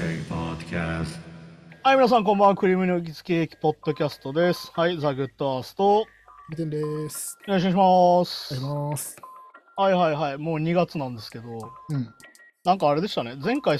Podcast. はい、皆さんこんばんは。クリームの行きつけポッドキャストです。はい、ザ・グッドアースト。 みてんです。 よろしくお願いしあります。 ます。 はいはいはい。もう2月なんですけど、 うん。 なんかあれでしたね。前回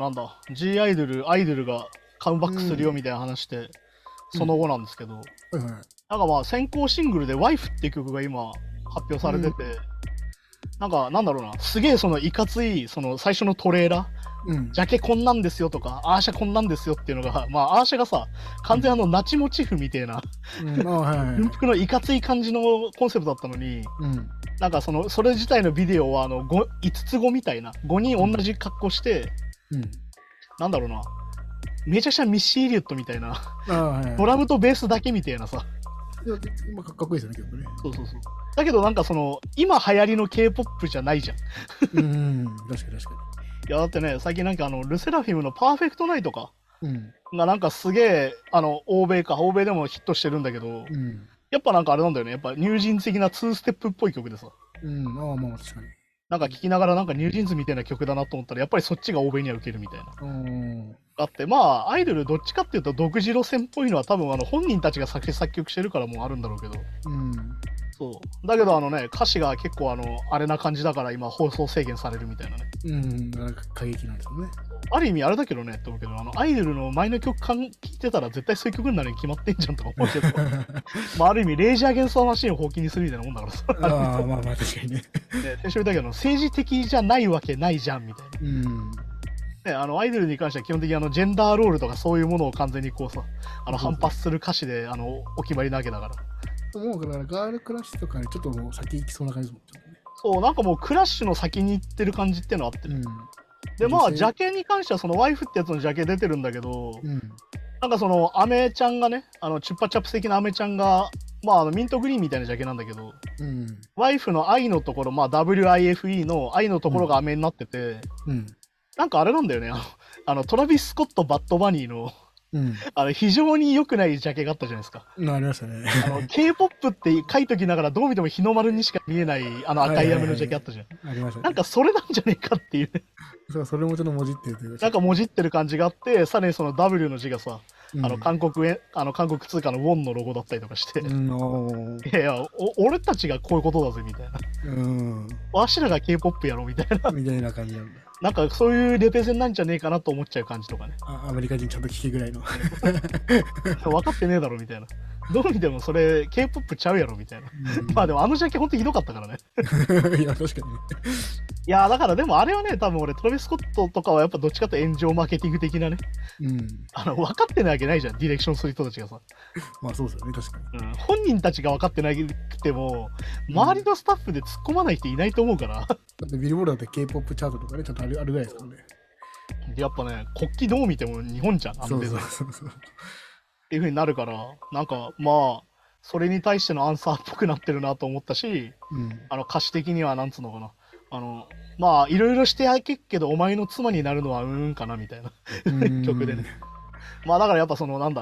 G アイドルがカムバックするよみたいな話で、その後なんですけど、 はいはい。 なんかまあ先行シングルで Wife っていう曲が今発表されてて、なんかなんだろうな、すげえそのいかついその最初のトレーラー、 うん。 ジャケこんなんですよとか、アーシャこんなんですよっていうのが、まあアーシャがさ、完全ナチモチフみたいな、 うん。あはいはいはい。 軍服のいかつい感じのコンセプトだったのに、 うん。 なんかそれ自体のビデオは5つ子みたいな、5人同じ格好して、 うん。 なんだろうな、めちゃくちゃミッシー・エリオットみたいな、 あはいはい。 ドラムとベースだけみたいなさ、 いやまあかっこいいですよね、曲ね。 そうそうそう。だけどなんか今流行りの K-POP じゃないじゃん。いうん。確かに確かやだってね、最近なんかルセラフィムのパーフェクトナイトか、 に。うん。 がなんかすげえ、欧米でもヒットしてるんだけど、 うん。 やっぱなんかあれなんだよね、やっぱニュージーンズ的な2ステップっぽい曲でさ、 うん。ああ、まあ確かに。 なんか聴きながらなんかニュージーンズみたいな曲だなと思ったら、やっぱりそっちが欧米には受けるみたいな。 うん。 あって、まあ、アイドルどっちかっていうと独自路線っぽいのは多分本人たちが作詞作曲してるからもあるんだろうけど、 うん。 そう。だけど歌詞が結構あれな感じだから今放送制限されるみたいなね。 うん。だから過激なんですよね。 ある意味あれだけどねって思うけど、アイドルの前の曲聴いてたら絶対そういう曲になるに決まってんじゃんとか思うけど、まあある意味レイジー・アゲンスト・マシンを放棄にするみたいなもんだからさ。 ああ、まあまあ確かにね。 ね、先週言ったけど政治的じゃないわけないじゃんみたいな。 うん。 ね、アイドルに関しては基本的にジェンダーロールとかそういうものを完全にこうさ、反発する歌詞でお決まりなわけだから。 もうだからガールクラッシュとかにちょっともう先行きそうな感じですもんね。 そう、なんかもうクラッシュの先に行ってる感じっていうのはあって、で、まあ、ジャケに関してはワイフってやつのジャケ出てるんだけど、なんかアメちゃんがね、チュッパチャップ的なアメちゃんが、まあ、ミントグリーンみたいなジャケなんだけど、ワイフの愛のところ、まあ、WIFE の愛のところがアメになってて、なんかあれなんだよね、トラビス・スコット・バッド・バニーの、非常に良くないジャケがあったじゃないですか。 ありましたね。 K-POP って書いときながらどう見ても日の丸にしか見えない赤い雨のジャケあったじゃん。 ありましたね。 なんかそれなんじゃねえかっていう。 それもちょっともじってるというか。 なんかもじってる感じがあって、さらにその W の字がさ、韓国通貨のウォンのロゴだったりとかして、いや俺たちがこういうことだぜみたいな。わしらが K-POP やろみたいな。 みたいな感じなんだ。 なんかそういうレペゼンなんじゃねえかなと思っちゃう感じとかね。 アメリカ人ちゃんと聞けぐらいの。 分かってねえだろみたいな。どう見てもそれ K-POP ちゃうやろみたいな。まあでもジャケほんとひどかったからね。 いや、確かにね。 いやだからでもあれはね、多分俺トラビス・スコットとかはやっぱどっちかと炎上マーケティング的なね。分かってないわけないじゃん、ディレクションする人たちがさ。 まあそうですよね、確かに。 本人たちが分かってなくても、周りのスタッフで突っ込まない人いないと思うから。 だってビルボールだって K-POP チャートとかね、ちょっとあるぐらいですからね。 やっぱね、国旗どう見ても日本じゃん、 そうデザイン。っていう風になるから、なんかまあ、それに対してのアンサーっぽくなってるなと思ったし、歌詞的にはなんつうのかな。まあ、いろいろしてあげっけど、お前の妻になるのはかなみたいな曲でね。まあだからやっぱ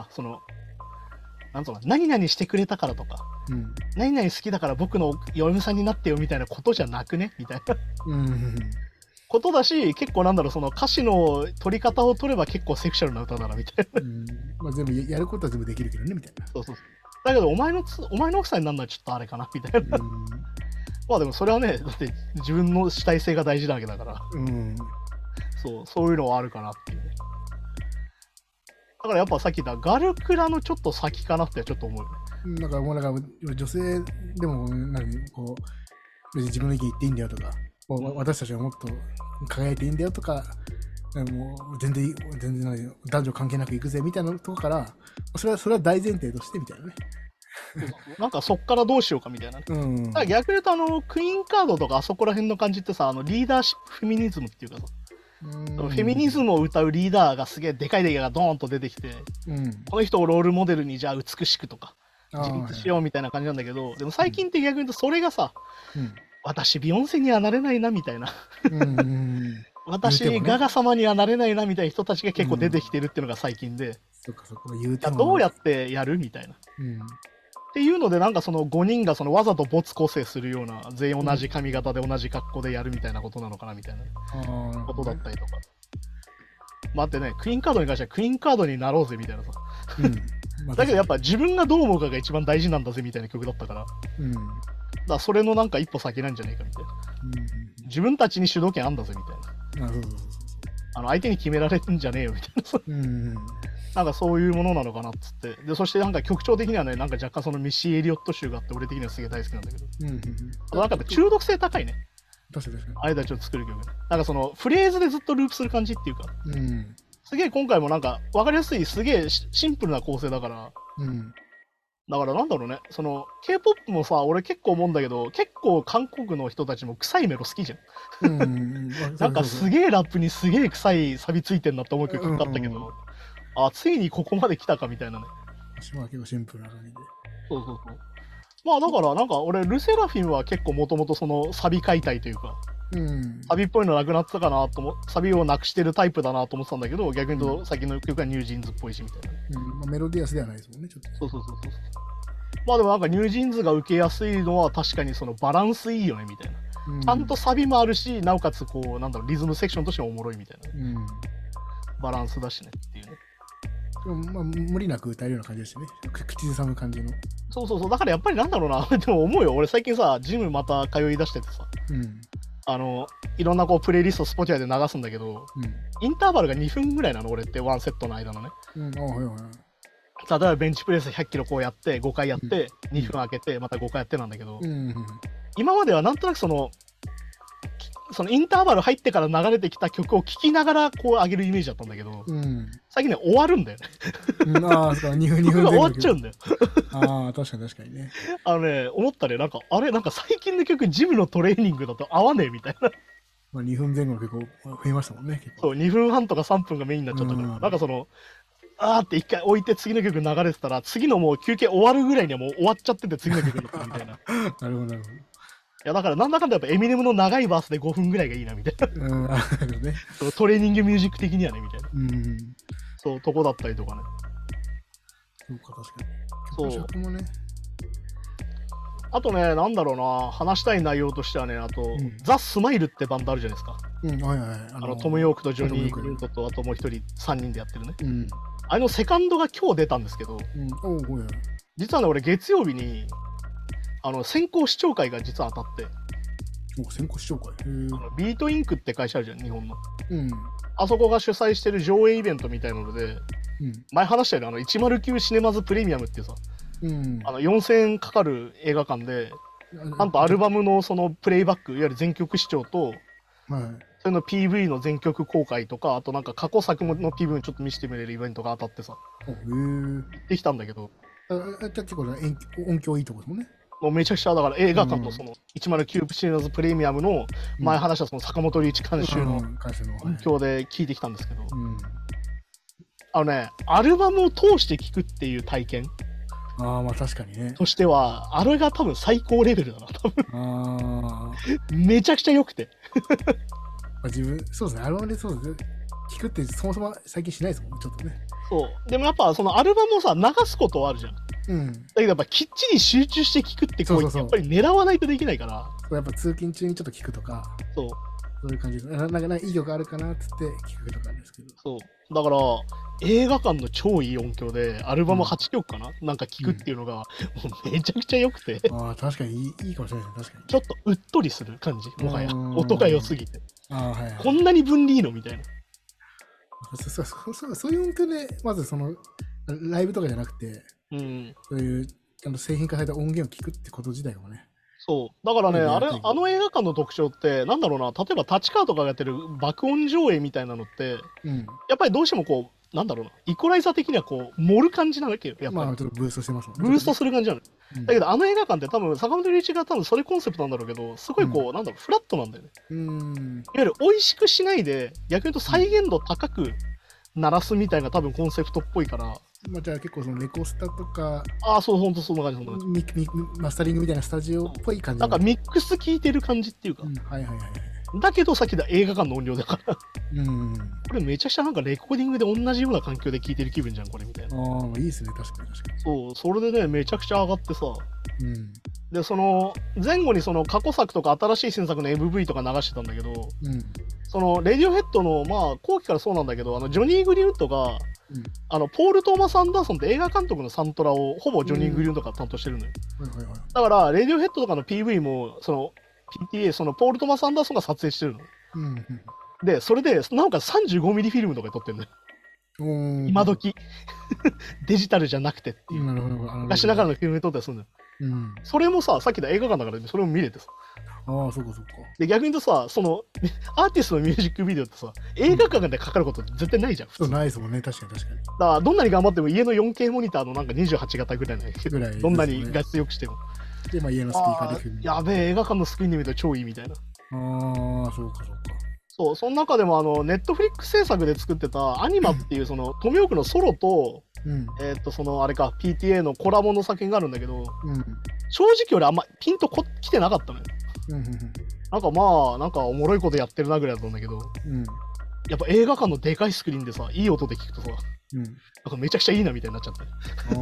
なんつうの、何々してくれたからとか、何々好きだから僕の嫁さんになってよみたいなことじゃなくねみたいなことだし、結構その歌詞の取り方を取れば結構セクシャルな歌だなみたいな。 まあ全部やることは全部できるけどねみたいな。 そうそうそう。だけどお前の奥さんになるのはちょっとあれかなみたいな。まあでもそれはね、だって自分の主体性が大事なわけだから、そういうのはあるかなっていうね。だからやっぱさっき言ったガルクラのちょっと先かなってちょっと思うよね。 だからもう女性でもこう別に自分の意見言っていいんだよとか、私たちはもっと輝いていいんだよとか、もう全然男女関係なくいくぜみたいなとこからそれは大前提としてみたいなね。 なんかそっからどうしようかみたいな。だから逆に言うとクイーンカードとかあそこら辺の感じってさ、リーダーシップフェミニズムっていうかさ、フェミニズムを歌うリーダーがすげえでかいがドーンと出てきて、この人をロールモデルにじゃあ美しくとか自立しようみたいな感じなんだけど、でも最近って逆に言うとそれがさ、私ビヨンセにはなれないなみたいな私ガガ様にはなれないなみたいな人たちが結構出てきてるっていうのが最近で、どうやってやるみたいな。っていうのでなんかその5人がわざと没個性するような全員同じ髪型で同じ格好でやるみたいなことなのかなみたいなことだったりとか。 待ってね、クイーンカードに関してはクイーンカードになろうぜみたいなさ。 まあ、 だけどやっぱ自分がどう思うかが一番大事なんだぜみたいな曲だったから。だからそれのなんか一歩先なんじゃないかみたいな。自分たちに主導権あんだぜみたいな。相手に決められるんじゃねえよみたいな。なんかそういうものなのかなっつって。で、そしてなんか曲調的にはね、なんか若干そのミッシー・エリオット集があって、俺的にはすげえ大好きなんだけど。なんかやっぱ中毒性高いね。 確かに。 あれたちを作る曲。なんかそのフレーズでずっとループする感じっていうか。すげえ今回もなんか分かりやすい、すげえシンプルな構成だから。だからなんだろうね、その K-POP もさ、俺結構思うんだけど、結構韓国の人たちも臭いメロ好きじゃん。なんかすげえラップにすげえ臭いサビついてんなって思う曲だったけど、あ、ついにここまで来たかみたいなね。 私は結構シンプルな感じで。 そうそうそう。まあだからなんか俺、ルセラフィンは結構もともとそのサビ解体というか、サビっぽいのなくなってたかなとサビをなくしてるタイプだなと思ってたんだけど、逆に言うと先の曲はニュージーンズっぽいしみたいな。 まあ、メロディアスではないですもんね、ちょっと。 そう。まあでもなんかニュージーンズが受けやすいのは確かにそのバランスいいよねみたいな。ちゃんとサビもあるし、なおかつこう、なんだろう、リズムセクションとしてもおもろいみたいな。バランスだしねっていうね。 まあ、無理なく歌えるような感じですね。口ずさむ感じの。 そう。だからやっぱりなんだろうな。でも思うよ。俺最近さ、ジムまた通い出しててさ。いろんなこうプレイリストスポティファイで流すんだけど、インターバルが2分ぐらいなの、俺ってワンセットの間のね。例えばベンチプレス100キロこうやって5回やって2分空けてまた5回やってなんだけど、今まではなんとなくそのインターバル入ってから流れてきた曲を聴きながらこう上げるイメージだったんだけど、最近ね終わるんだよね。2分が終わっちゃうんだよ。 確かにね。 思ったね、なんか最近の曲ジムのトレーニングだと合わねえみたいな。 まあ2分前後の曲増えましたもんね。 そう、2分半とか3分がメインになっちゃったから、なんかそのって一回置いて次の曲流れてたら、次のもう休憩終わるぐらいにはもう終わっちゃってて次の曲になったみたいな。 なるほど。 いやだからなんだかんだやっぱエミネムの長いバースで5分ぐらいがいいなみたいな。トレーニングミュージック的にはねみたいな。そう、とこだったりとかね。 そうか、確かに。曲もね。 あとね、なんだろうな、話したい内容としてはね、あと、ザ・スマイルってバンドあるじゃないですか。トム・ヨークとジョニー・グリントと、あともう一人3人でやってるね。あのセカンドが今日出たんですけど、実はね、俺月曜日に先行視聴会が実は当たって。 先行視聴会ビートインクって会社あるじゃん、日本の。あそこが主催してる上映イベントみたいなので、前話したよね、109シネマズプレミアムっていうさ、4000円かかる映画館で、なんとアルバムのそのプレイバック、いわゆる全曲視聴と、それの PV の全曲公開とか、あとなんか過去作の PV をちょっと見せてみれるイベントが当たってさ、行ってきたんだけど、 結構音響いいとこですもんね。 もうめちゃくちゃだから映画館のその109シネマズプレミアムの前話したその坂本龍一監修の音響で聞いてきたんですけど、アルバムを通して聴くっていう体験、 まあ確かにね。 としては、あれが多分最高レベルだな、多分。めちゃくちゃ良くて。 そうですね、アルバムでそうですね。聞くってそもそも最近しないですもんね、ちょっとね。 そう。でもやっぱそのアルバムをさ、流すことはあるじゃん。だけどやっぱきっちり集中して聞くってこう、やっぱり狙わないとできないから。 やっぱ通勤中にちょっと聞くとか。そういう感じです。なんかいい曲あるかなっつって聞くとかなんですけど。 そう。だから映画館の超いい音響でアルバム8曲かな、なんか聞くっていうのがもうめちゃくちゃ良くて。 確かにいいかもしれないですね。確かに。 ちょっとうっとりする感じ。もはや音が良すぎて。こんなに分離いいのみたいな。 そういう音響でまずそのライブとかじゃなくて、そういう製品化された音源を聞くってこと自体もね。 そう。だからね、あの映画館の特徴って、なんだろうな、例えば立川とかがやってる爆音上映みたいなのって、やっぱりどうしてもこう、なんだろうな、イコライザー的にはこう、盛る感じなわけよ。やっぱり。 ちょっとブーストしてますもんね。ブーストする感じなの。だけど、あの映画館って多分、坂本龍一が多分それコンセプトなんだろうけど、すごいこう、なんだろう、フラットなんだよね。いわゆる美味しくしないで、逆に言うと再現度高く鳴らすみたいな多分コンセプトっぽいから。 じゃあ結構そのレコスタとか、 そう、ほんとそんな感じ、 マスタリングみたいなスタジオっぽい感じ。 なんかミックス聞いてる感じっていうか。だけどさっきだ映画館の音量だから。これめちゃくちゃなんかレコーディングで同じような環境で聴いてる気分じゃん、これみたいな。 いいですね、確かに。 そう、それでね、めちゃくちゃ上がってさ。 で、その前後にその過去作とか新しい新作の MV とか流してたんだけど、そのレディオヘッドのまあ後期からそうなんだけど、ジョニー・グリーンウッドが、ポール・トーマス・アンダーソンって映画監督のサントラをほぼジョニー・グリーンウッドが担当してるのよ。だからレディオヘッドとかの PV もその PTA そのポール・トーマス・アンダーソンが撮影してるの。でそれでなんか35ミリフィルムとかで撮ってるのよ。今時デジタルじゃなくてっていう、昔ながらのフィルムで撮ったりするのよ。それもさ、さっきの映画館だからそれも見れてさ。 ああ、そうかそうか。 で、逆に言うとさ、そのアーティストのミュージックビデオってさ、映画館でかかることって絶対ないじゃん。 そうないですもんね、確かに確かに。 だからどんなに頑張っても家の 4K モニターのなんか28型ぐらいないけど、どんなに画質良くしても。 で、まあ家のスピーカーで聞く。 やべえ、映画館のスクリーンで見ると超いいみたいな。 ああ、そうかそうか。 そう、その中でもネットフリックス制作で作ってたアニマっていうその富岡のソロと、そのあれか PTA のコラボの作品があるんだけど、正直俺あんまピンと来てなかったのよ。なんかまあなんかおもろいことやってるなぐらいだったんだけど、やっぱ映画館のでかいスクリーンでさ、いい音で聞くとさ、なんかめちゃくちゃいいなみたいになっちゃって。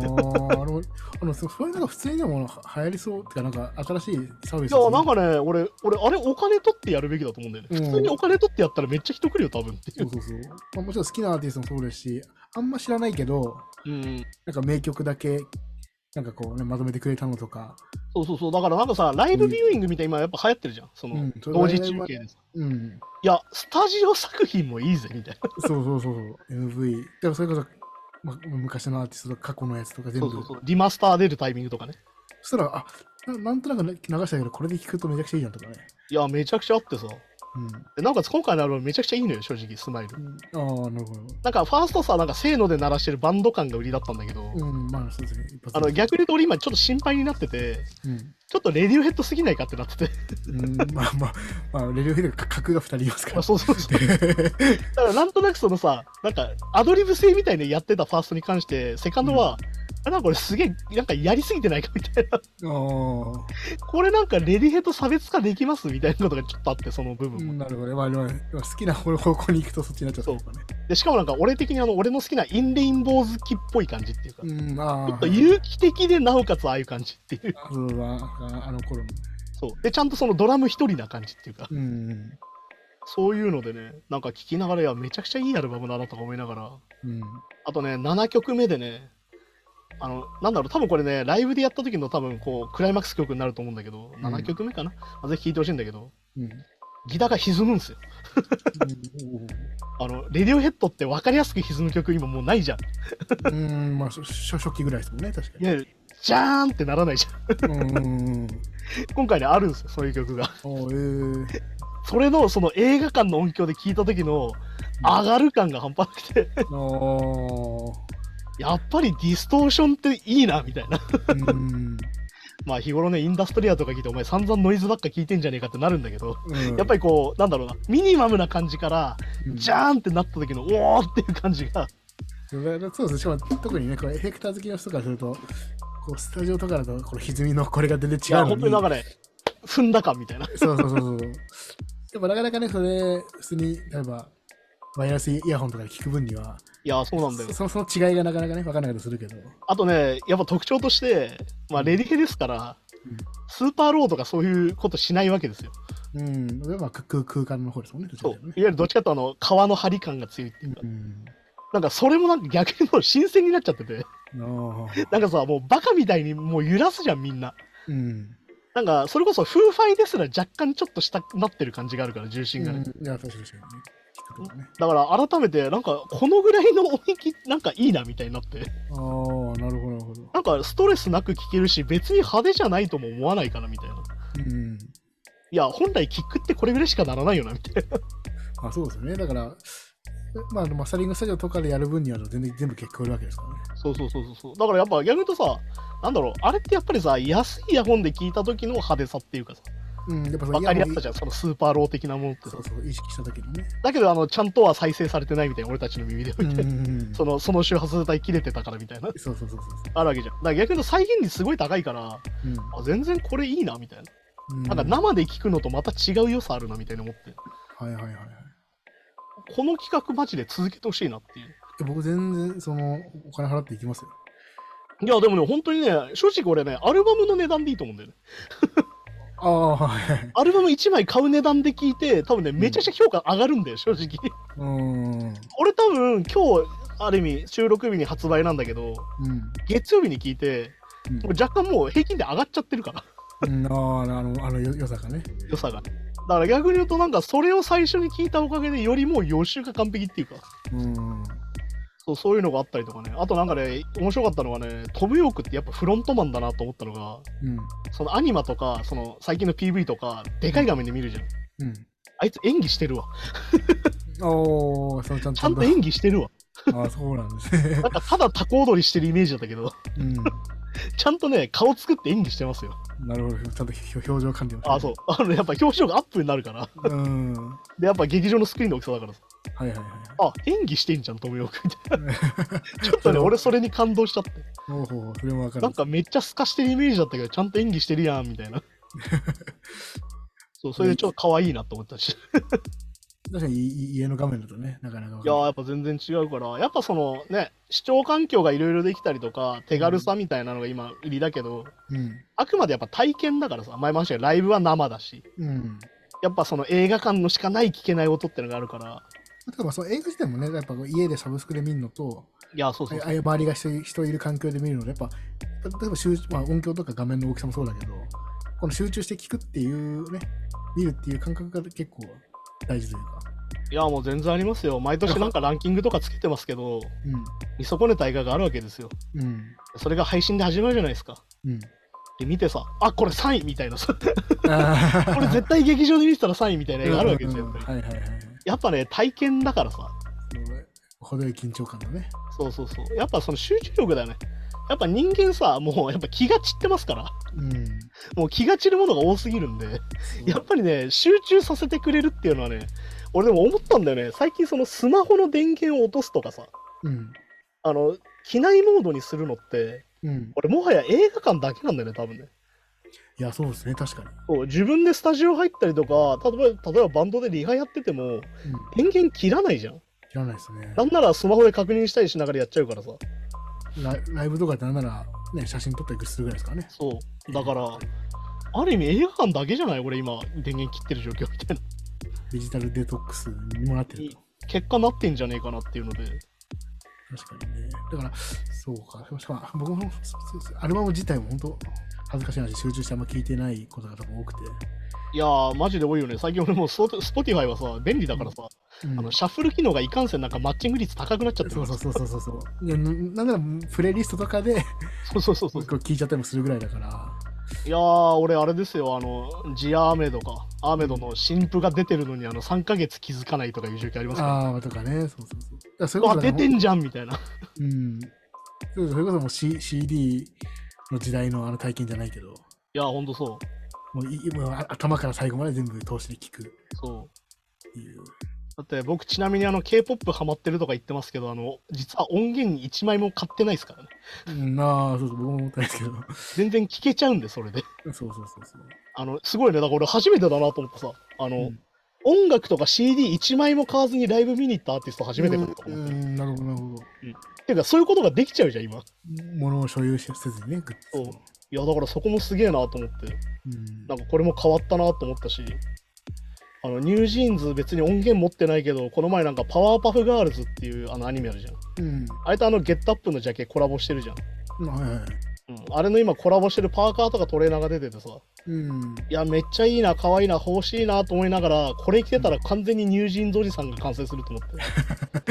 そういうのが普通にでも流行りそうってか、なんか新しいサービス。 いや、なんかね、俺あれお金取ってやるべきだと思うんだよね。普通にお金取ってやったらめっちゃ人来るよ、多分っていう。 そうそうそう。まあ、もちろん好きなアーティストもそうですし、あんま知らないけど、なんか名曲だけ、なんかこうね、まとめてくれたのとか。 そう、だからなんかさ、ライブビューイングみたいな今やっぱ流行ってるじゃん。その、同時中継でさ。いや、スタジオ作品もいいぜ、みたいな。 そう。MV。でもそれこそ、昔のアーティストとか過去のやつとか全部。 そう。リマスター出るタイミングとかね。 そしたら、なんとなく流したけど、これで聞くとめちゃくちゃいいじゃんとかね。 いや、めちゃくちゃあってさ。なんか今回のアルバムめちゃくちゃいいのよ、正直、スマイル。 ああ、なるほど。 なんかファーストさ、なんかせーので鳴らしてるバンド感が売りだったんだけど、 まあそうですね。 逆に言うと俺今ちょっと心配になってて、ちょっとレディオヘッドすぎないかってなってて。 まあ、レディオヘッドが格が2人いますから。 そう。だからなんとなくそのさ、なんかアドリブ性みたいにやってたファーストに関して、セカンドは、なんかこれすげえ、なんかやりすぎてないかみたいな。これなんかレディヘッド差別化できますみたいなことがちょっとあって、その部分も。 なるほど。まあ、好きな方向に行くとそっちになっちゃうとかね。 で、しかもなんか俺的に俺の好きなインレインボー好きっぽい感じっていうか、ちょっと有機的でなおかつああいう感じっていう。 あの頃の。 そう。で、ちゃんとそのドラム一人な感じっていうか。そういうのでね、なんか聴きながら、いや、めちゃくちゃいいアルバムだなとか思いながら。あとね、7曲目でね、なんだろう、多分これね、ライブでやった時の多分こう、クライマックス曲になると思うんだけど、7曲目かな、ぜひ聴いてほしいんだけど、ギターが歪むんですよ。レディオヘッドって分かりやすく歪む曲今もうないじゃん。 まあ、初期ぐらいですもんね、確かに。 いわゆる、ジャーンってならないじゃん。今回ね、あるんですよ、そういう曲が。それの、その映画館の音響で聴いた時の上がる感が半端なくて。やっぱりディストーションっていいなみたいな。まあ日頃ね、インダストリアとか聞いてお前散々ノイズばっか聞いてんじゃねえかってなるんだけど、やっぱりこうなんだろうな、ミニマムな感じから、ジャーンってなった時のおおっていう感じが。 そうです。しかも特にね、これエフェクター好きの人からすると、こうスタジオとかだとこの歪みのこれが全然違うのに。 本当になんかね、踏んだ感みたいな。 そう。やっぱなかなかね、それ普通に例えばワイヤレスイヤホンとかで聞く分には。 いや、そうなんだよ。 その違いがなかなかね、分からなかったりするけど。 あとね、やっぱ特徴として、まあ、レディヘですから、スーパーローとかそういうことしないわけですよ。 まあ、空間の方ですもんね。 そう。いわゆるどっちかというと、革の張り感が強いっていうか。なんかそれもなんか逆にもう新鮮になっちゃってて。なんかさ、もうバカみたいにもう揺らすじゃん、みんな。なんか、それこそ、フーファイですら若干ちょっとしたなってる感じがあるから、重心がね。 いや、確かにね。 だから改めてなんかこのぐらいの音域なんかいいなみたいになって、 なるほどなんかストレスなく聴けるし別に派手じゃないとも思わないかなみたいな。いや本来キックってこれぐらいしかならないよなみたいな。 そうですよね。だからまあマスタリングスタジオとかでやる分には全部結果売るわけですからね。 そうだからやっぱ逆に言うとさ、なんだろう、あれってやっぱりさ、安いイヤホンで聞いた時の派手さっていうかさ、 やっぱ分かりやすさじゃん、そのスーパーロー的なものってさ。 そう意識した時のね。 だけどちゃんとは再生されてないみたいな、俺たちの耳でみたいな。その周波数帯切れてたからみたいな。 そうあるわけじゃん。だから逆に言うと再現率すごい高いから、全然これいいなみたいな。なんか生で聞くのとまた違う良さあるなみたいな思って。この企画マジで続けてほしいなっていう。 僕全然お金払っていきますよ。 いや、でもね、本当にね、正直俺ね、アルバムの値段でいいと思うんだよね。 ああ、はい。 アルバム1枚買う値段で聞いて、多分ね、めちゃくちゃ評価上がるんだよ、正直。俺多分、今日、ある意味、収録日に発売なんだけど、月曜日に聞いて、若干もう平均で上がっちゃってるから。 あの良さがね。 良さがね。だから逆に言うと、なんかそれを最初に聞いたおかげで、よりもう予習が完璧っていうか。そういうのがあったりとかね。あとなんかね、面白かったのがね、トムヨークってやっぱフロントマンだなと思ったのが、そのアニマとか、その最近の PV とか、でかい画面で見るじゃん。あいつ演技してるわ。ちゃんと演技してるわ。 ああ、そうなんですね。 なんかただタコ踊りしてるイメージだったけど、ちゃんとね、顔作って演技してますよ。 なるほど、ちゃんと表情管理を。 あ、そう。やっぱ表情がアップになるから。で、やっぱ劇場のスクリーンの大きさだからさ。あ、演技してんじゃん、トムヨークみたいな。ちょっとね、俺それに感動しちゃって。 それもわかる。 なんかめっちゃ透かしてるイメージだったけど、ちゃんと演技してるやん、みたいな。そう、それでちょっと可愛いなと思ったし。 確かに家の画面だとね、なかなか。 いやー、やっぱ全然違うから、やっぱそのね、視聴環境がいろいろできたりとか、手軽さみたいなのが今、売りだけど、あくまでやっぱ体験だからさ、前も話したけど、ライブは生だし、やっぱその映画館のしかない聞けない音ってのがあるから。 例えばその映画自体もね、やっぱ家でサブスクで見るのと、 いや、そう。 周りが人いる環境で見るので、やっぱ、例えば音響とか画面の大きさもそうだけど、この集中して聞くっていうね、見るっていう感覚が結構大事というか。 いや、もう全然ありますよ。毎年なんかランキングとかつけてますけど、見損ねた映画があるわけですよ。それが配信で始まるじゃないですか。で、見てさ、あ、これ3位みたいなさ。これ絶対劇場で見てたら3位みたいな映画あるわけですよ。やっぱね、体験だからさ。 程よい緊張感だね。 そう。やっぱその集中力だよね。やっぱ人間さ、もうやっぱ気が散ってますから。もう気が散るものが多すぎるんで、やっぱりね、集中させてくれるっていうのはね、俺でも思ったんだよね。最近そのスマホの電源を落とすとかさ、機内モードにするのって、俺もはや映画館だけなんだよね、多分ね。 いや、そうですね、確かに。 そう、自分でスタジオ入ったりとか、例えばバンドでリハやってても、電源切らないじゃん。 切らないですね。 なんならスマホで確認したりしながらやっちゃうからさ。 ライブとかってなんなら、ね、写真撮ったりするぐらいですかね。 そう。だから、ある意味映画館だけじゃない俺今、電源切ってる状況みたいな。 デジタルデトックスにもなってると。 結果なってんじゃねえかなっていうので。 確かにね。だから、そうか。しかも、僕も、アルバム自体も本当、恥ずかしい話、集中してあんま聞いてないことが多分多くて。 いやー、マジで多いよね。最近俺もスポティファイはさ、便利だからさ、シャッフル機能がいかんせんなんかマッチング率高くなっちゃってる。 そう。いや、なんならプレイリストとかで、 そう。 聞いちゃったりもするぐらいだから。 いやー、俺あれですよ、ジアーメドか。アーメドの新譜が出てるのに3ヶ月気づかないとかいう状況ありますから、 ね。とかね、そう。 出てんじゃんみたいな。 それこそもう、CD の時代の体験じゃないけど。 いや、ほんとそう。 もう頭から最後まで全部通しで聞く。 そう。だって僕ちなみにK-POP ハマってるとか言ってますけど、実は音源に1枚も買ってないですからね。 そう、僕も思ったんですけど。 全然聞けちゃうんで、それで。 そう。 すごいね、だから俺初めてだなと思ってさ、音楽とか CD1 枚も買わずにライブ見に行ったアーティスト初めてだと思って。 なるほど。 ていうか、そういうことができちゃうじゃん、今。 物を所有せずにね、 そう。いや、だからそこもすげえなと思って。なんかこれも変わったなと思ったし。ニュージーンズ別に音源持ってないけど、この前なんかパワーパフガールズっていうアニメあるじゃん。あれとゲットアップのジャケコラボしてるじゃん。あれの今コラボしてるパーカーとかトレーナーが出ててさ。いや、めっちゃいいな、可愛いな、欲しいなと思いながら、これ着てたら完全にニュージーンズおじさんが完成すると思って。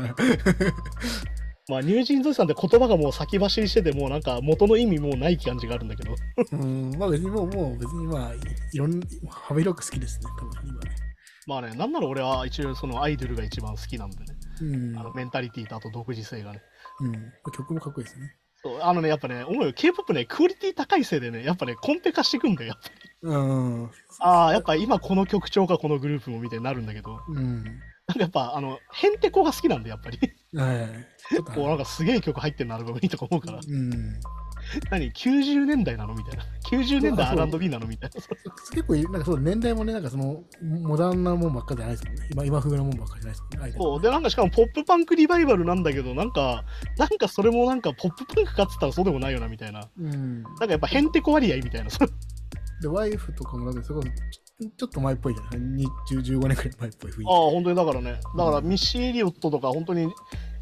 まあ、ニュージーンズおじさんって言葉がもう先走りしてて、もうなんか元の意味もうない感じがあるんだけど。 まあ別にもう別にまあ、いろんな、幅広く好きですね、多分今ね。 まあね、なんなら俺は一応そのアイドルが一番好きなんでね。メンタリティとあと独自性がね。 曲もかっこいいですね。 そう、やっぱね、思うよ、K-POP ね、クオリティ高いせいでね、やっぱね、コンペ化していくんだよ、やっぱり。やっぱ今この曲調か、このグループもみたいになるんだけど、なんかやっぱ、ヘンテコが好きなんで、やっぱり。こうなんかすげえ曲入ってるのアルバムにとか思うから。 何 ?90 年代なのみたいな。90年代 R&B なのみたいな。 結構、なんかそう、年代もね、なんかその、モダンなもんばっかじゃないですもんね。今風なもんばっかじゃないですもんね。 そう。で、なんかしかもポップパンクリバイバルなんだけど、なんかそれもなんかポップパンクかっつったらそうでもないよな、みたいな。なんかやっぱヘンテコ割合みたいな。 で、ワイフとかもなんかそれこそちょっと前っぽいじゃない15年くらい前っぽい雰囲気。 ああ、本当にだからね。だからミッシー・エリオットとか本当に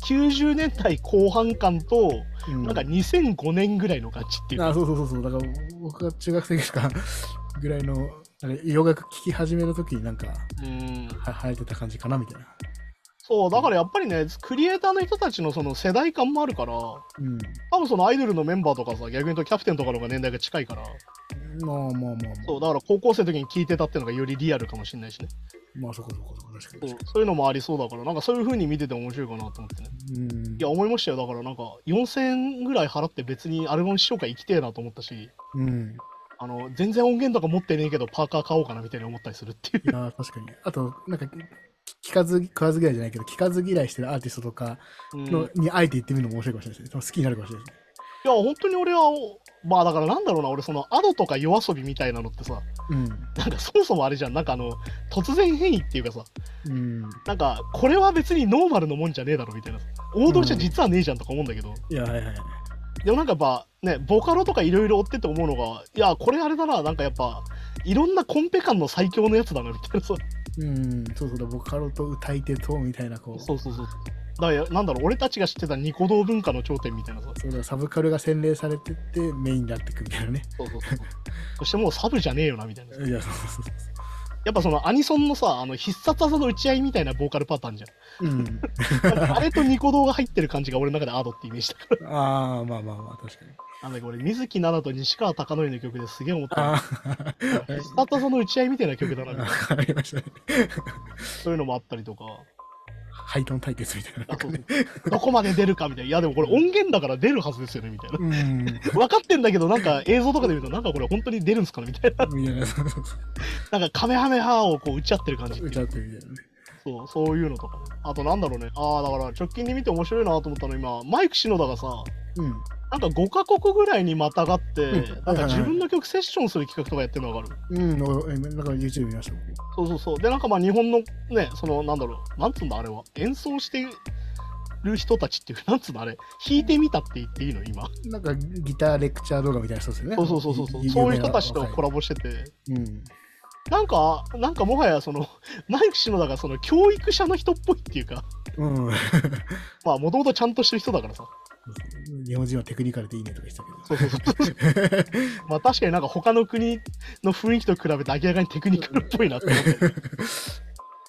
90年代後半感と、なんか2005年ぐらいの感じっていうか。 そう。だから僕が中学生とかぐらいのなんか洋楽聴き始めの時になんか流行ってた感じかなみたいな。 そう、だからやっぱりね、クリエイターの人たちのその世代感もあるから、多分そのアイドルのメンバーとかさ、逆に言うとキャプテンとかの方が年代が近いから、そう、だから高校生の時に聞いてたっていうのがよりリアルかもしれないしね。 まあそこ確かに。 そういうのもありそうだから、なんかそういう風に見てて面白いかなと思ってね。いや、思いましたよ。だからなんか4000円ぐらい払って別にアルバム試聴会行きてえなと思ったし、全然音源とか持ってねえけどパーカー買おうかなみたいに思ったりするっていう。 いや、確かに。あと、なんか、食わず嫌いじゃないけど、聞かず嫌いしてるアーティストとかにあえて言ってみるのも面白いかもしれないですね。好きになるかもしれないですね。 いや、本当に俺は、まあだからなんだろうな、俺そのアドとか夜遊びみたいなのってさ、なんかそもそもあれじゃん、なんか突然変異っていうかさ、なんかこれは別にノーマルのもんじゃねえだろみたいなさ、王道じゃ実はねえじゃんとか思うんだけど、 いや、 でもなんかやっぱね、ボカロとかいろいろ追ってて思うのが、いや、これあれだな、なんかやっぱ、いろんなコンペ感の最強のやつだなみたいなさ。 そうだ、ボカロと歌い手とみたいなこう。 そう。だからなんだろう、俺たちが知ってたニコ動文化の頂点みたいなさ。 そうだ、サブカルが洗練されてってメインになってくみたいなね。 そう。そしてもうサブじゃねえよなみたいな。 いや、 やっぱそのアニソンのさ、必殺技の打ち合いみたいなボーカルパターンじゃん。あれとニコ動が入ってる感じが俺の中でアドってイメージだから。 まあ、確かに。 なんだっけ、俺、水木奈々と西川貴教の曲ですげえ思った。必殺技の打ち合いみたいな曲だな。 ありましたね。 そういうのもあったりとか。 ハイトーン対決みたいな。 どこまで出るかみたいな。いや、でもこれ音源だから出るはずですよね、みたいな。分かってんだけど、なんか映像とかで見ると、なんかこれ本当に出るんすかねみたいな。なんかカメハメハをこう打ち合ってる感じ。 打ち合ってるみたいなね。 そういうのとかね。あとなんだろうね。だから直近で見て面白いなと思ったの今、マイク篠田がさ、なんか5カ国ぐらいにまたがって、なんか自分の曲セッションする企画とかやってるの分かる？ なんか YouTube 見ました。 そう。で、なんかまあ日本のね、そのなんだろう、なんつうんだあれは、演奏してる人たちっていう、なんつうんだあれ、弾いてみたって言っていいの今。 なんかギターレクチャー動画みたいな人ですよね。 そう。そういう人たちとコラボしてて。なんかもはやそのマイク篠田がその教育者の人っぽいっていうか、まあもともとちゃんとしてる人だからさ。 日本人はテクニカルでいいねとか言ってたけど。そう。まあ確かになんか他の国の雰囲気と比べて明らかにテクニカルっぽいなって思って。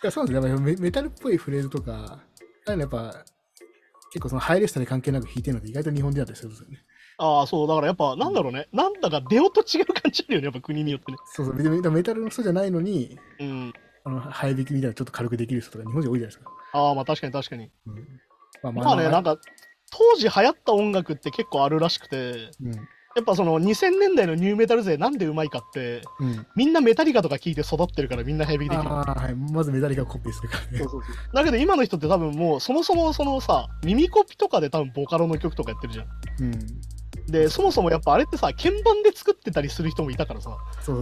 そうなんですね。メタルっぽいフレーズとか、やっぱ結構そのハイレスタで関係なく弾いてるので意外と日本であったりするんですよね。 そう、だからやっぱなんだろうね、なんだか出音と違う感じあるよね、やっぱ国によってね。 そう、メタルの人じゃないのに、ハイ弾きみたいなちょっと軽くできる人とか日本人多いじゃないですか。 まあ確かに。まあね、なんか当時流行った音楽って結構あるらしくて、やっぱその2000年代のニューメタル勢なんでうまいかって、みんなメタリカとか聞いて育ってるからみんなヘビーできる。 まずメタリカをコピーするからね。 だけど今の人って多分もうそもそもそのさ、耳コピとかで多分ボカロの曲とかやってるじゃん。で、そもそもやっぱあれってさ、鍵盤で作ってたりする人もいたからさ。 そう、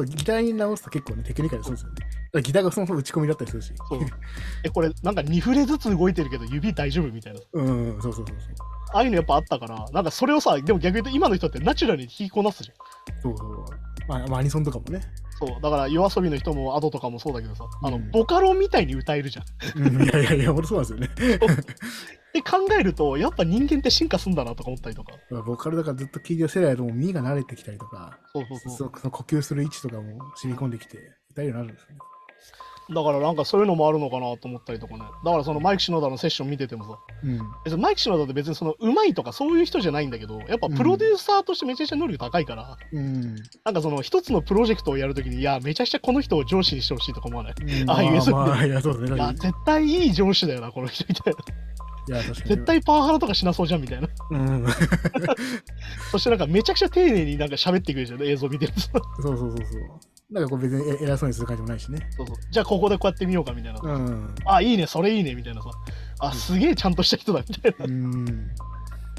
ギターに直すと結構ね、テクニカルそうですよね。ギターがそもそも打ち込みだったりするし。 これなんか2フレずつ動いてるけど指大丈夫みたいな。そう。ああいうのやっぱあったから、なんかそれをさ、でも逆に言うと今の人ってナチュラルに弾きこなすじゃん。そう。 まあアニソンとかもね。 そう、だから夜遊びの人もアドとかもそうだけどさ、ボカロみたいに歌えるじゃん。 いや、俺そうなんですよね。 で考えると、やっぱ人間って進化すんだなとか思ったりとか。 ボカロだからずっと聴いてる世代だともう耳が慣れてきたりとか、その呼吸する位置とかも染み込んできて、歌えるようになるんですよね。 だからなんかそういうのもあるのかなと思ったりとかね。だからそのマイク篠田のセッション見ててもさ、別にマイク篠田って別にその上手いとかそういう人じゃないんだけど、やっぱプロデューサーとしてめちゃくちゃ能力高いから、なんかその一つのプロジェクトをやるときに、いや、めちゃくちゃこの人を上司にしてほしいとか思わない。ああいうそういや、絶対いい上司だよな、この人みたいな。絶対パワハラとかしなそうじゃんみたいな。そしてなんかめちゃくちゃ丁寧になんか喋ってくるじゃん、映像見てると。 そう。なんかこう別に偉そうにする感じもないしね。 じゃあここでこうやってみようかみたいな。いいね、それいいねみたいなさ。すげえちゃんとした人だみたいな。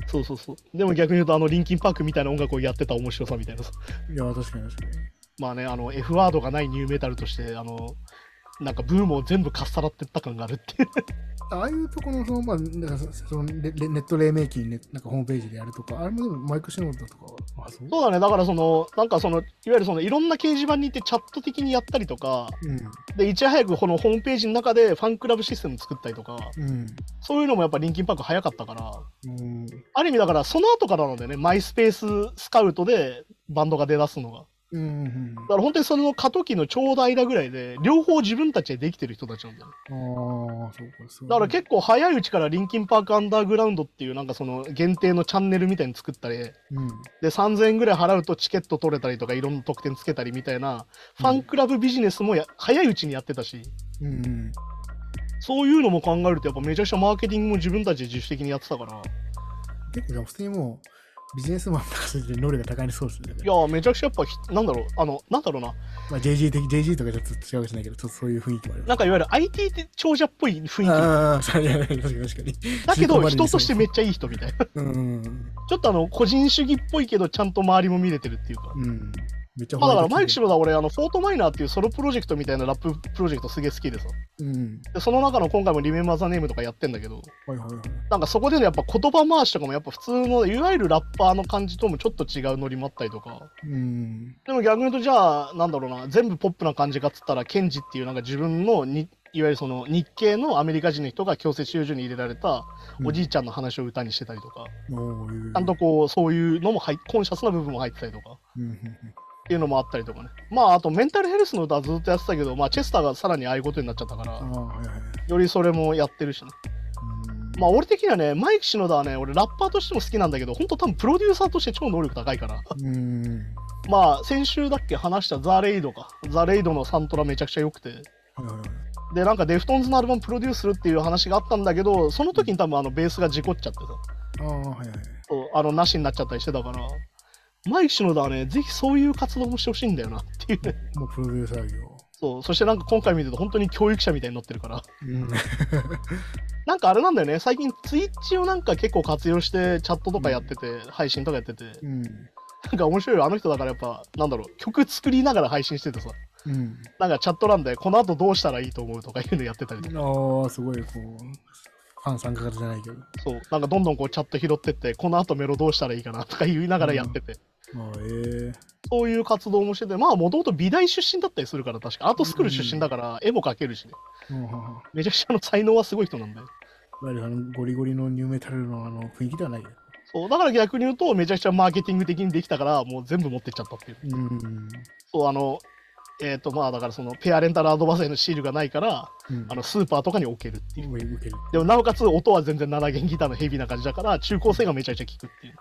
そうそうそう。でも逆に言うと、リンキンパークみたいな音楽をやってた面白さみたいなさ。 いや、確かに確かに。 まあね、F ワードがないニューメタルとして、なんかブームを全部かっさらってった感があるっていう。 ああいうところの、まあ、なんかそのネット黎明期に、ね、なんかホームページでやるとか、あれもでもマイク・シノダとか、 そうだね、だからなんかいわゆるいろんな掲示板に行ってチャット的にやったりとか、で、いち早くこのホームページの中でファンクラブシステム作ったりとか、そういうのもやっぱリンキンパーク早かったから、ある意味だからその後からなんだよね、マイスペーススカウトでバンドが出だすのが。だから本当にその過渡期のちょうど間ぐらいで、両方自分たちでできてる人たちなんだよね。だから結構早いうちからリンキンパークアンダーグラウンドっていうなんかその限定のチャンネルみたいに作ったり、で3000円ぐらい払うとチケット取れたりとかいろんな特典つけたりみたいなファンクラブビジネスも早いうちにやってたし、そういうのも考えるとやっぱめちゃくちゃマーケティングも自分たちで自主的にやってたから、 結構普通にもうビジネスマンとかそういう能力が高いにそうですね。 いやめちゃくちゃやっぱなんだろうな、 まあ、JG とかちょっと違うかもしれないけど、ちょっとそういう雰囲気もある。 なんかいわゆる IT 長者っぽい雰囲気。 ああ、確かに。 だけど人としてめっちゃいい人みたいな。ちょっと個人主義っぽいけどちゃんと周りも見れてるっていうか。めっちゃだからマイクシロだ俺フォートマイナーっていうソロプロジェクトみたいなラッププロジェクトすげえ好きでさ、でその中の今回もリメンバーザネームとかやってんだけど、なんかそこでのやっぱ言葉回しとかもやっぱ普通のいわゆるラッパーの感じともちょっと違うノリもあったりとか、でも逆に言うとじゃあなんだろうな、全部ポップな感じかっつったらケンジっていうなんか自分のいわゆるその日系のアメリカ人の人が強制収容所に入れられたおじいちゃんの話を歌にしてたりとか、ちゃんとこうそういうのもコンシャスな部分も入ってたりとか。っていうのもあったりとかね。まああとメンタルヘルスの歌はずっとやってたけど、まあチェスターがさらにああいうことになっちゃったから、よりそれもやってるしね。まあ俺的にはね、マイク・シノダはね、俺ラッパーとしても好きなんだけど、本当多分プロデューサーとして超能力高いから。まあ先週だっけ話したザ・レイドのサントラめちゃくちゃ良くて。でなんかデフトンズのアルバムプロデュースするっていう話があったんだけど、その時に多分ベースが事故っちゃってさ、なしになっちゃったりしてたから。マイク・シノダはね、ぜひそういう活動もしてほしいんだよなっていうね。 もうプロデューサー業。 そう、そしてなんか今回見ると本当に教育者みたいになってるから。なんかあれなんだよね、最近ツイッチをなんか結構活用してチャットとかやってて、配信とかやってて、なんか面白いよ、あの人だからやっぱ、なんだろう、曲作りながら配信しててさ、なんかチャット欄でこの後どうしたらいいと思うとかいうのやってたりとか。 ああ、すごいこう。ファン参加型じゃないけど。 そう、なんかどんどんこうチャット拾ってって、この後メロどうしたらいいかなとか言いながらやってて。そういう活動もしてて、まあもともと美大出身だったりするから、確かアートスクール出身だから絵も描けるしね。めちゃくちゃ才能はすごい人なんだよ。 ゴリゴリのニューメタルの雰囲気ではないよ。 そう、だから逆に言うとめちゃくちゃマーケティング的にできたから、もう全部持ってっちゃったっていう。そうまあだからそのペアレンタルアドバイザーのシールがないから、スーパーとかに置けるっていう。でもなおかつ音は全然7弦ギターのヘビーな感じだから中高生がめちゃくちゃ効くっていう。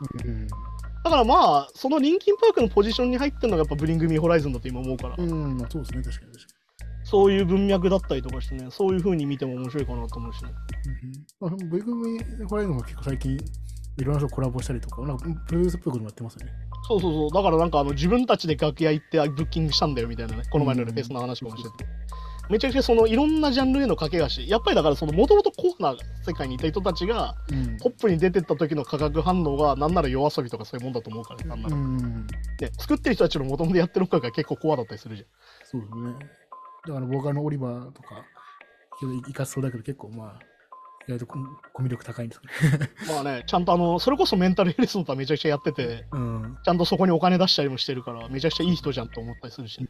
だからまあそのリンキンパークのポジションに入ってるのがやっぱブリングミーホライズンだと今思うから。 そうですね、確かに。 そういう文脈だったりとかしてね、そういう風に見ても面白いかなと思うしね。 ブリングミーホライズンも結構最近いろんな人コラボしたりとか、なんかプロデュースっぽいこともやってますよね。 そうだからなんか自分たちで楽屋行ってブッキングしたんだよみたいなね、この前のフェスの話もしてて、めちゃくちゃそのいろんなジャンルへの掛け橋、やっぱりだからそのもともとコアな世界にいた人たちが、ポップに出てった時の化学反応がなんなら夜遊びとかそういうもんだと思うからね、なんなら、作ってる人たちのもともとやってる声が結構コアだったりするじゃん。 そうですね。だからボーカルのオリバーとかいかそうだけど結構まあ意外とコミュ力高いんですね。まあね、ちゃんとそれこそメンタルヘルスのとはめちゃくちゃやってて、ちゃんとそこにお金出したりもしてるからめちゃくちゃいい人じゃんと思ったりするし、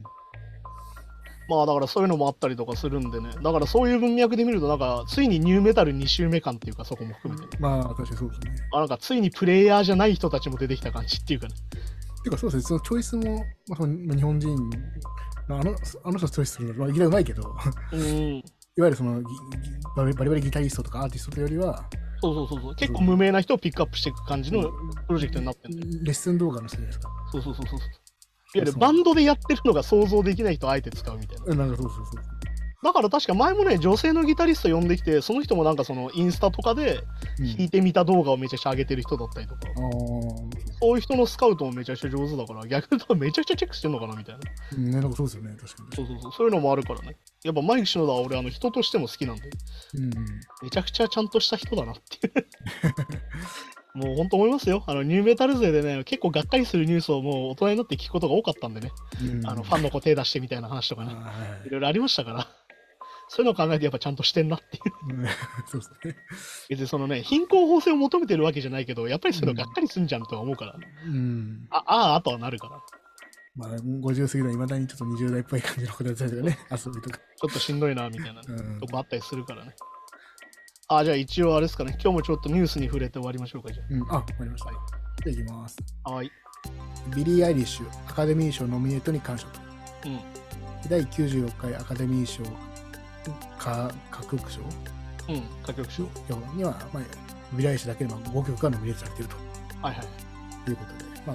まあだからそういうのもあったりとかするんでね、だからそういう文脈で見るとなんかついにニューメタル2周目感っていうか、そこも含めて、 まあ確かにそうですね。 なんかついにプレイヤーじゃない人たちも出てきた感じっていうかね。 てかそうですね、そのチョイスも、その日本人あの人チョイスするのはいきなりうまいけどいわゆるそのバリバリギタリストとかアーティストというよりは、 そう結構無名な人をピックアップしていく感じのプロジェクトになってるんで、 レッスン動画の人じゃないですか。 そういわゆるバンドでやってるのが想像できない人をあえて使うみたいな。 なんかそうだから確か前もね、女性のギタリスト呼んできて、その人もなんかそのインスタとかで弾いてみた動画をめちゃくちゃ上げてる人だったりとか、そういう人のスカウトもめちゃくちゃ上手だから、逆に言うとめちゃくちゃチェックしてんのかなみたいな。 なんかそうですよね、確かに。 そういうのもあるからね。やっぱマイク・シノダは俺人としても好きなんで、めちゃくちゃちゃんとした人だなっていう。 もう本当思いますよ。ニューメタル勢でね、結構がっかりするニュースをもう大人になって聞くことが多かったんでね。ファンの子手出してみたいな話とかね。いろいろありましたから。そういうのを考えてやっぱちゃんとしてんなっていう。そうですね。別にそのね、貧困法制を求めてるわけじゃないけど、やっぱりそういうのがっかりすんじゃんとは思うから。あとはなるから。 まあ、50過ぎのいまだにちょっと20代っぽい感じのことやったりとかね、遊びとか。 ちょっとしんどいな、みたいな、とこあったりするからね。じゃあ一応あれですかね、今日もちょっとニュースに触れて終わりましょうか、じゃあ。わかりました。じゃあいきます。 はい。 ビリー・アイリッシュ、アカデミー賞ノミネートに感謝と。第96回アカデミー賞歌曲賞歌曲賞には、まあ、ビリー・アイリッシュだけで5曲がノミネートされていると。 はいはい。 ということで、まあ、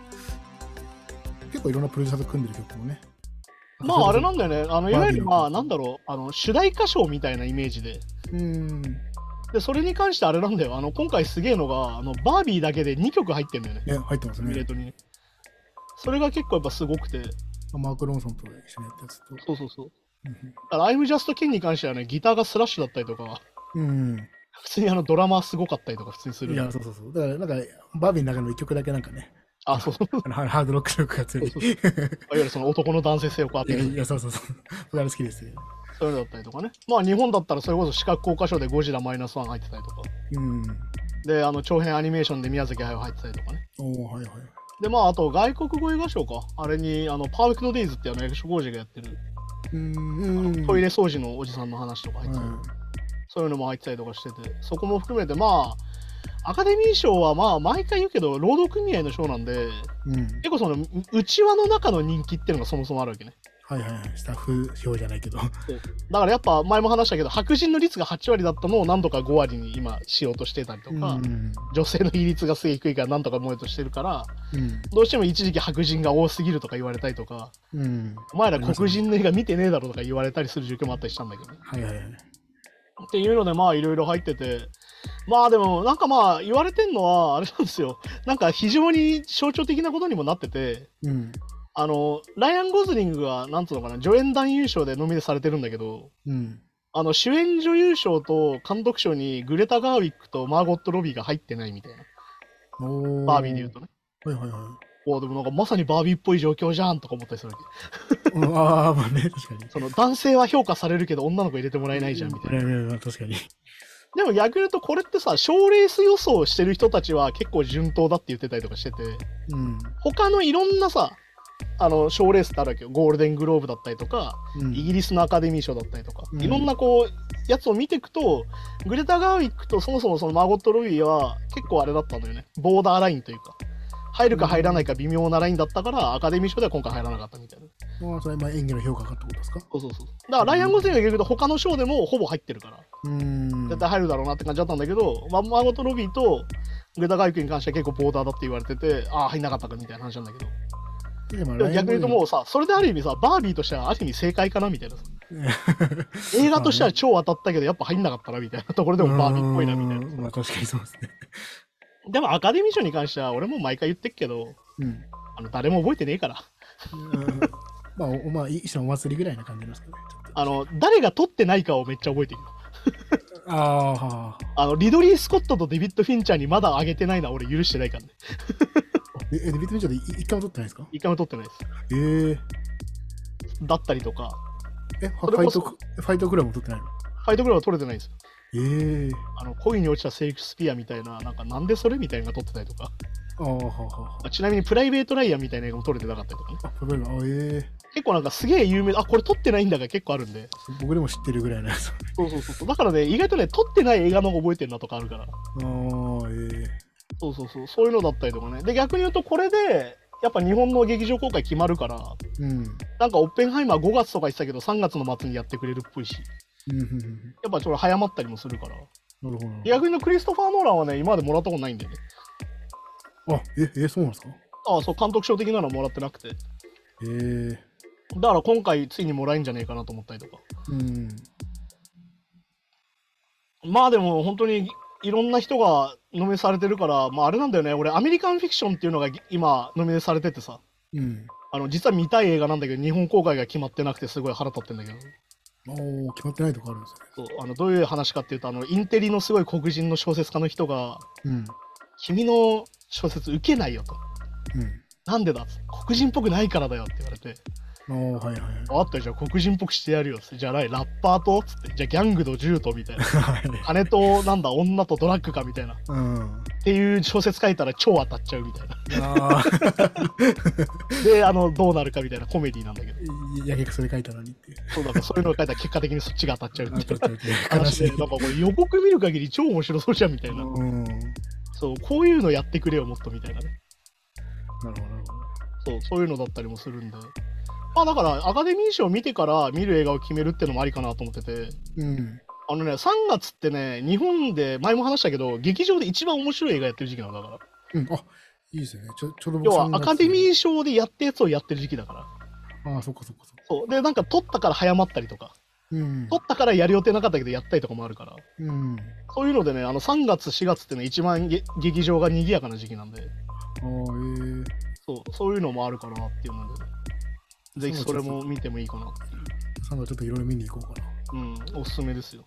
結構いろんなプロデューサーと組んでる曲もね。 まああれなんだよね、いわゆるまあなんだろう、主題歌賞みたいなイメージで。で、それに関してあれなんだよ、今回すげえのが、バービーだけで2曲入ってんだよね。 入ってますね。 ミレートに。それが結構やっぱすごくて。 マーク・ロンソンと一緒にやったやつと。そう。だから、I'm Just Ken に関してはね、ギターがスラッシュだったりとか、普通にドラマーすごかったりとか普通にする。 いや、そう。だから、なんか、バービーの中の1曲だけなんかね、 そう。 ハードロック力が強い。いわゆるその男の男性性をこう当てる。 いや、そう。僕は好きですよ。 そういうのだったりとかね。まあ日本だったらそれこそ視覚効果賞でゴジラマイナス1入ってたりとか。で、長編アニメーションで宮崎駿入ってたりとかね。 はい。 で、まああと外国語映画賞か。あれに、パーフェクトデイズって役所広司がやってる。トイレ掃除のおじさんの話とか入ってたり。そういうのも入ってたりとかしてて、そこも含めてまあ、アカデミー賞はまあ毎回言うけど労働組合の賞なんで、結構その内輪の中の人気っていうのがそもそもあるわけね。 スタッフ票じゃないけど。だからやっぱ前も話したけど、白人の率が8割だったのを何とか5割に今しようとしてたりとか、女性の比率がすげえ低いから何とか思えとしてるから、どうしても一時期白人が多すぎるとか言われたりとか、お前ら黒人の映画見てねえだろとか言われたりする状況もあったりしたんだけどね。っていうのでまあいろいろ入ってて、まあでもなんかまあ言われてんのはあれなんですよ、なんか非常に象徴的なことにもなってて、ライアン・ゴズリングがなんつうのかな、助演男優賞でノミネートされてるんだけど、主演女優賞と監督賞にグレタ・ガーウィックとマーゴット・ロビーが入ってないみたいな。バービーで言うとね。でもなんかまさにバービーっぽい状況じゃんとか思ったりするわけ。 まあね、確かに。 その男性は評価されるけど女の子入れてもらえないじゃんみたいな。 確かに。 でも逆に言うとこれってさ、賞レース予想してる人たちは結構順当だって言ってたりとかしてて、他のいろんなさ、賞レースってあるわけよ。ゴールデングローブだったりとか、イギリスのアカデミー賞だったりとか、いろんなこうやつを見ていくと、グレタ・ガーウィックとそもそもそのマーゴット・ロビーは結構あれだったんだよね。ボーダーラインというか。入るか入らないか微妙なラインだったから、アカデミー賞では今回入らなかったみたいな。 それ演技の評価かってことですか？ そう。だからライアン・ゴズリングが言うと他の賞でもほぼ入ってるから、絶対入るだろうなって感じだったんだけど、マーゴット・ロビーとグレタ・ガーウィックに関しては結構ボーダーだって言われてて、入んなかったかみたいな話なんだけど。でも逆に言うともうさ、それである意味さ、バービーとしてはある意味正解かなみたいなさ。映画としては超当たったけどやっぱ入んなかったなみたいなところでもバービーっぽいなみたいな。 まあ確かにそうですね。 でもアカデミー賞に関しては俺も毎回言ってっけど、誰も覚えてねえから。 まあ一種のお祭りぐらいな感じなんですかね。 誰が撮ってないかをめっちゃ覚えてるよ。リドリー・スコットとデビッド・フィンチャーにまだ上げてないのは俺許してないからね。 デビッド・フィンチャーで一回も撮ってないですか？ 一回も撮ってないです。だったりとか。 ファイトクラブも撮ってないの？ ファイトクラブは撮れてないんですよ。恋に落ちたシェイクスピアみたいな、なんでそれみたいなのが撮ってたりとか。ちなみにプライベート・ライアンみたいな映画も撮れてなかったりとかね。結構なんかすげえ有名、これ撮ってないんだが結構あるんで。 僕でも知ってるぐらいのやつ。 そう。だからね、意外とね、撮ってない映画の方が覚えてるなとかあるから。そういうのだったりとかね。で、逆に言うとこれで、やっぱ日本の劇場公開決まるから、なんかオッペンハイマー5月とか言ってたけど、3月の末にやってくれるっぽいし。やっぱちょっと早まったりもするから。逆にクリストファー・ノーランはね、今までもらったことないんだよね。 そうなんですか？ そう、監督賞的なのはもらってなくて。だから今回ついにもらえんじゃねえかなと思ったりとか。まあでも本当にいろんな人がノミネされてるから、まああれなんだよね、俺アメリカンフィクションっていうのが今ノミネされててさ、実は見たい映画なんだけど日本公開が決まってなくてすごい腹立ってんだけど。 決まってないとこあるんですね。 そう、どういう話かっていうと、インテリのすごい黒人の小説家の人が、 君の小説受けないよと。 うん。 なんでだ黒人っぽくないからだよって言われて。 はいはい。 あったよ、じゃあ黒人っぽくしてやるよ。じゃあラッパーとつって、じゃあギャングと銃とみたいな。金となんだ、女とドラッグかみたいな。っていう小説書いたら超当たっちゃうみたいな。で、どうなるかみたいなコメディなんだけど。 やけくそれ書いたのにって。 そうだからそういうのを書いたら結果的にそっちが当たっちゃうみたいな話で、なんかこれ予告見る限り超面白そうじゃんみたいな。そう、こういうのやってくれよ、もっとみたいなね。 なるほど。そういうのだったりもするんで。まあだからアカデミー賞見てから見る映画を決めるっていうのもありかなと思ってて、3月ってね、日本で前も話したけど、劇場で一番面白い映画やってる時期なんだから。 あ、いいですよね。ちょうど要はアカデミー賞でやったやつをやってる時期だから。 そっか。 そうで、なんか撮ったから早まったりとか、撮ったからやる予定なかったけどやったりとかもあるから、そういうのでね、3月4月ってね、一番劇場が賑やかな時期なんで、そういうのもあるかなっていうので、ぜひそれも見てもいいかなっていう。 ちょっといろいろ見に行こうかな。おすすめですよ。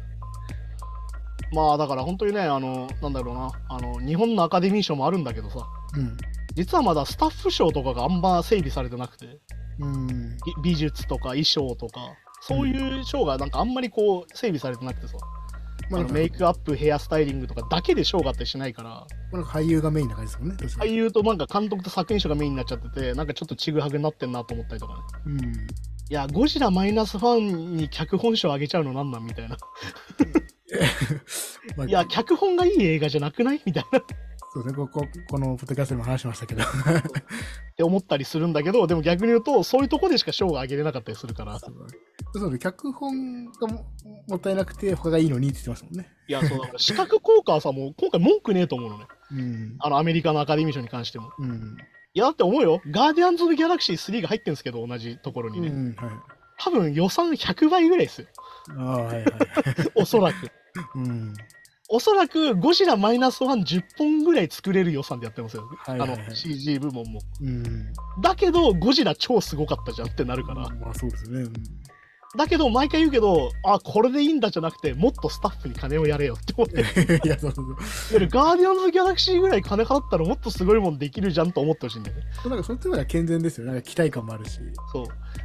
まあだから本当にね、なんだろうな、日本のアカデミー賞もあるんだけどさ、実はまだスタッフ賞とかがあんま整備されてなくて、美術とか衣装とか、そういう賞がなんかあんまりこう整備されてなくてさ、メイクアップ、ヘアスタイリングとかだけで賞があったりしないから、 なんか俳優がメインな感じですもんね。 俳優となんか監督と作品賞がメインになっちゃってて、なんかちょっとちぐはぐになってんなと思ったりとかね。いや、ゴジラマイナスファンに脚本賞あげちゃうのなんなんみたいな。いや、脚本がいい映画じゃなくないみたいな。 そうね、このポッドキャストでも話しましたけど。 って思ったりするんだけど、でも逆に言うと、そういうとこでしか賞があげれなかったりするから。 そう脚本がもったいなくて、他がいいのにって言ってますもんね。 いや、そうだから、視覚効果はさ、もう今回文句ねえと思うのね。アメリカのアカデミー賞に関しても。いや、だって思うよ。ガーディアンズ・オブ・ギャラクシー3が入ってるんですけど、同じところにね。多分予算100倍ぐらいですよ。おそらく。おそらくゴジラマイナス1 10本ぐらい作れる予算でやってますよ。CG 部門も。だけど、ゴジラ超すごかったじゃんってなるから。 まあそうですね。 だけど、毎回言うけど、これでいいんだじゃなくて、もっとスタッフに金をやれよって思って。いや、そう。ガーディアンズ・ギャラクシーぐらい金払ったらもっとすごいもんできるじゃんと思ってほしいんだよね。 なんか、そっちの方が健全ですよ。なんか期待感もあるし。 そう。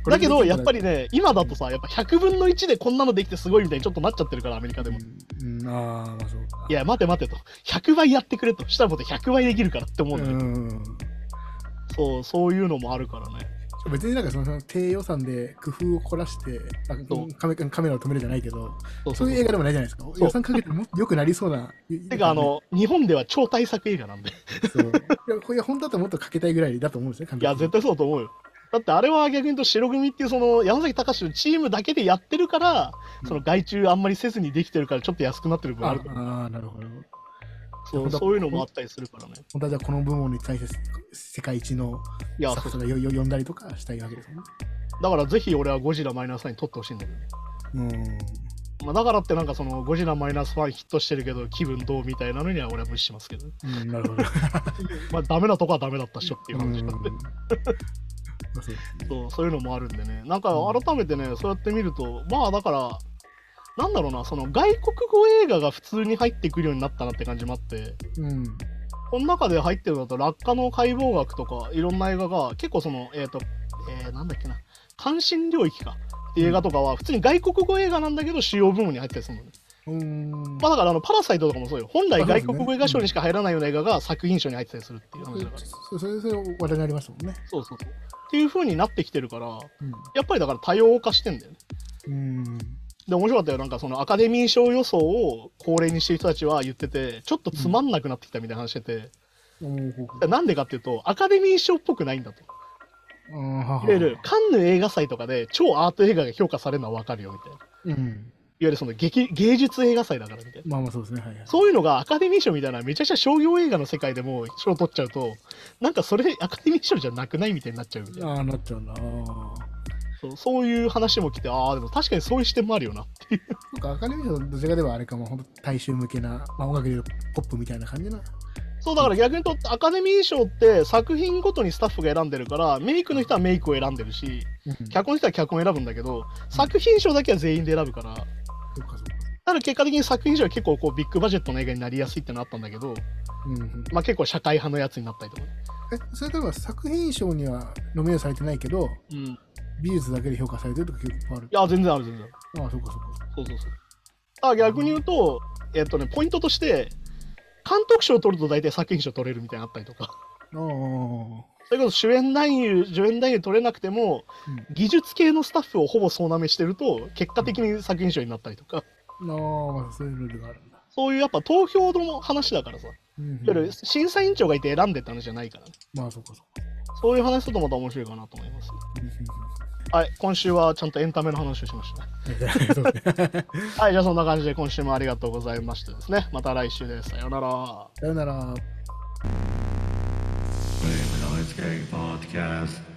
だけど、やっぱりね、今だとさ、やっぱ100分の1でこんなのできてすごいみたいにちょっとなっちゃってるから、アメリカでも。 まあそうか。 いや、待てと。100倍やってくれと。したらもっと100倍できるからって思うんだよ。そういうのもあるからね。 別になんかその低予算で工夫を凝らしてカメラを止めるじゃないけど、そういう映画でもないじゃないですか。予算かけてもっと良くなりそうな。 てか日本では超大作映画なんで。 これ本当だともっとかけたいぐらいだと思うんですよ。 いや絶対そうだと思うよ。だってあれは逆に言うと白組っていうその山崎隆のチームだけでやってるから、その外注あんまりせずにできてるからちょっと安くなってる分あるから。 なるほど。 そういうのもあったりするからね。 本当はじゃあこの部門に対して世界一のスタッフが呼んだりとかしたいわけですよね。 だからぜひ俺はゴジラマイナス1に撮ってほしいんだけど。だからってなんかそのゴジラマイナス1ヒットしてるけど気分どうみたいなのには俺は無視しますけど。 なるほど。 まあダメなとこはダメだったっしょっていう感じなんで。そういうのもあるんでね。なんか改めてね、そうやって見ると、まあだから、なんだろうな、その外国語映画が普通に入ってくるようになったなって感じもあって、この中で入ってるのだと、落下の解剖学とか、いろんな映画が、結構その、なんだっけな、関心領域かっていう映画とかは、普通に外国語映画なんだけど、主要部門に入ったりするのね。まあだからパラサイトとかもそうよ。本来外国語映画賞にしか入らないような映画が作品賞に入ってたりするっていう話だから。 それ話題になりましたもんね。 そう。っていう風になってきてるから、やっぱりだから多様化してんだよね。で、面白かったよ。なんかそのアカデミー賞予想を恒例にしてる人たちは言ってて、ちょっとつまんなくなってきたみたいな話してて、なんでかっていうと、アカデミー賞っぽくないんだと。いわゆるカンヌ映画祭とかで超アート映画が評価されるのは分かるよみたいな。いわゆるその芸術映画祭だからみたいな。 まあそうですね。 そういうのがアカデミー賞みたいなめちゃくちゃ商業映画の世界でも賞取っちゃうと、なんかそれアカデミー賞じゃなくないみたいになっちゃうみたいな。 なっちゃうな。 そういう話も来て、でも確かにそういう視点もあるよなっていう。 アカデミー賞どちらかではあれかも、本当大衆向けな、音楽でいうポップみたいな感じな。 そうだから逆に言うとアカデミー賞って作品ごとにスタッフが選んでるから、メイクの人はメイクを選んでるし、脚本の人は脚本を選ぶんだけど、作品賞だけは全員で選ぶから、 ただ結果的に作品賞は結構こうビッグバジェットの映画になりやすいってのあったんだけど、まあ結構社会派のやつになったりとか。 それでは作品賞にはノミネートされてないけど、美術だけで評価されてるとか結構ある。 いや、全然ある、全然ある。ああ、そうかそうか。 そうそうそう。逆に言うと、ポイントとして、監督賞を取ると大体作品賞取れるみたいなのあったりとか。それこそ主演男優取れなくても、技術系のスタッフをほぼ総なめしてると、結果的に作品賞になったりとか。 まあ、そういうルールがあるんだ。 そういうやっぱ投票の話だからさ。審査委員長がいて選んでった話じゃないからね。 まあ、そうかそうか。 そういう話するとまた面白いかなと思います。はい、今週はちゃんとエンタメの話をしましたね。はい、じゃあそんな感じで今週もありがとうございましたですね。また来週です。さようなら。 さようなら。 Noise Gang Podcast.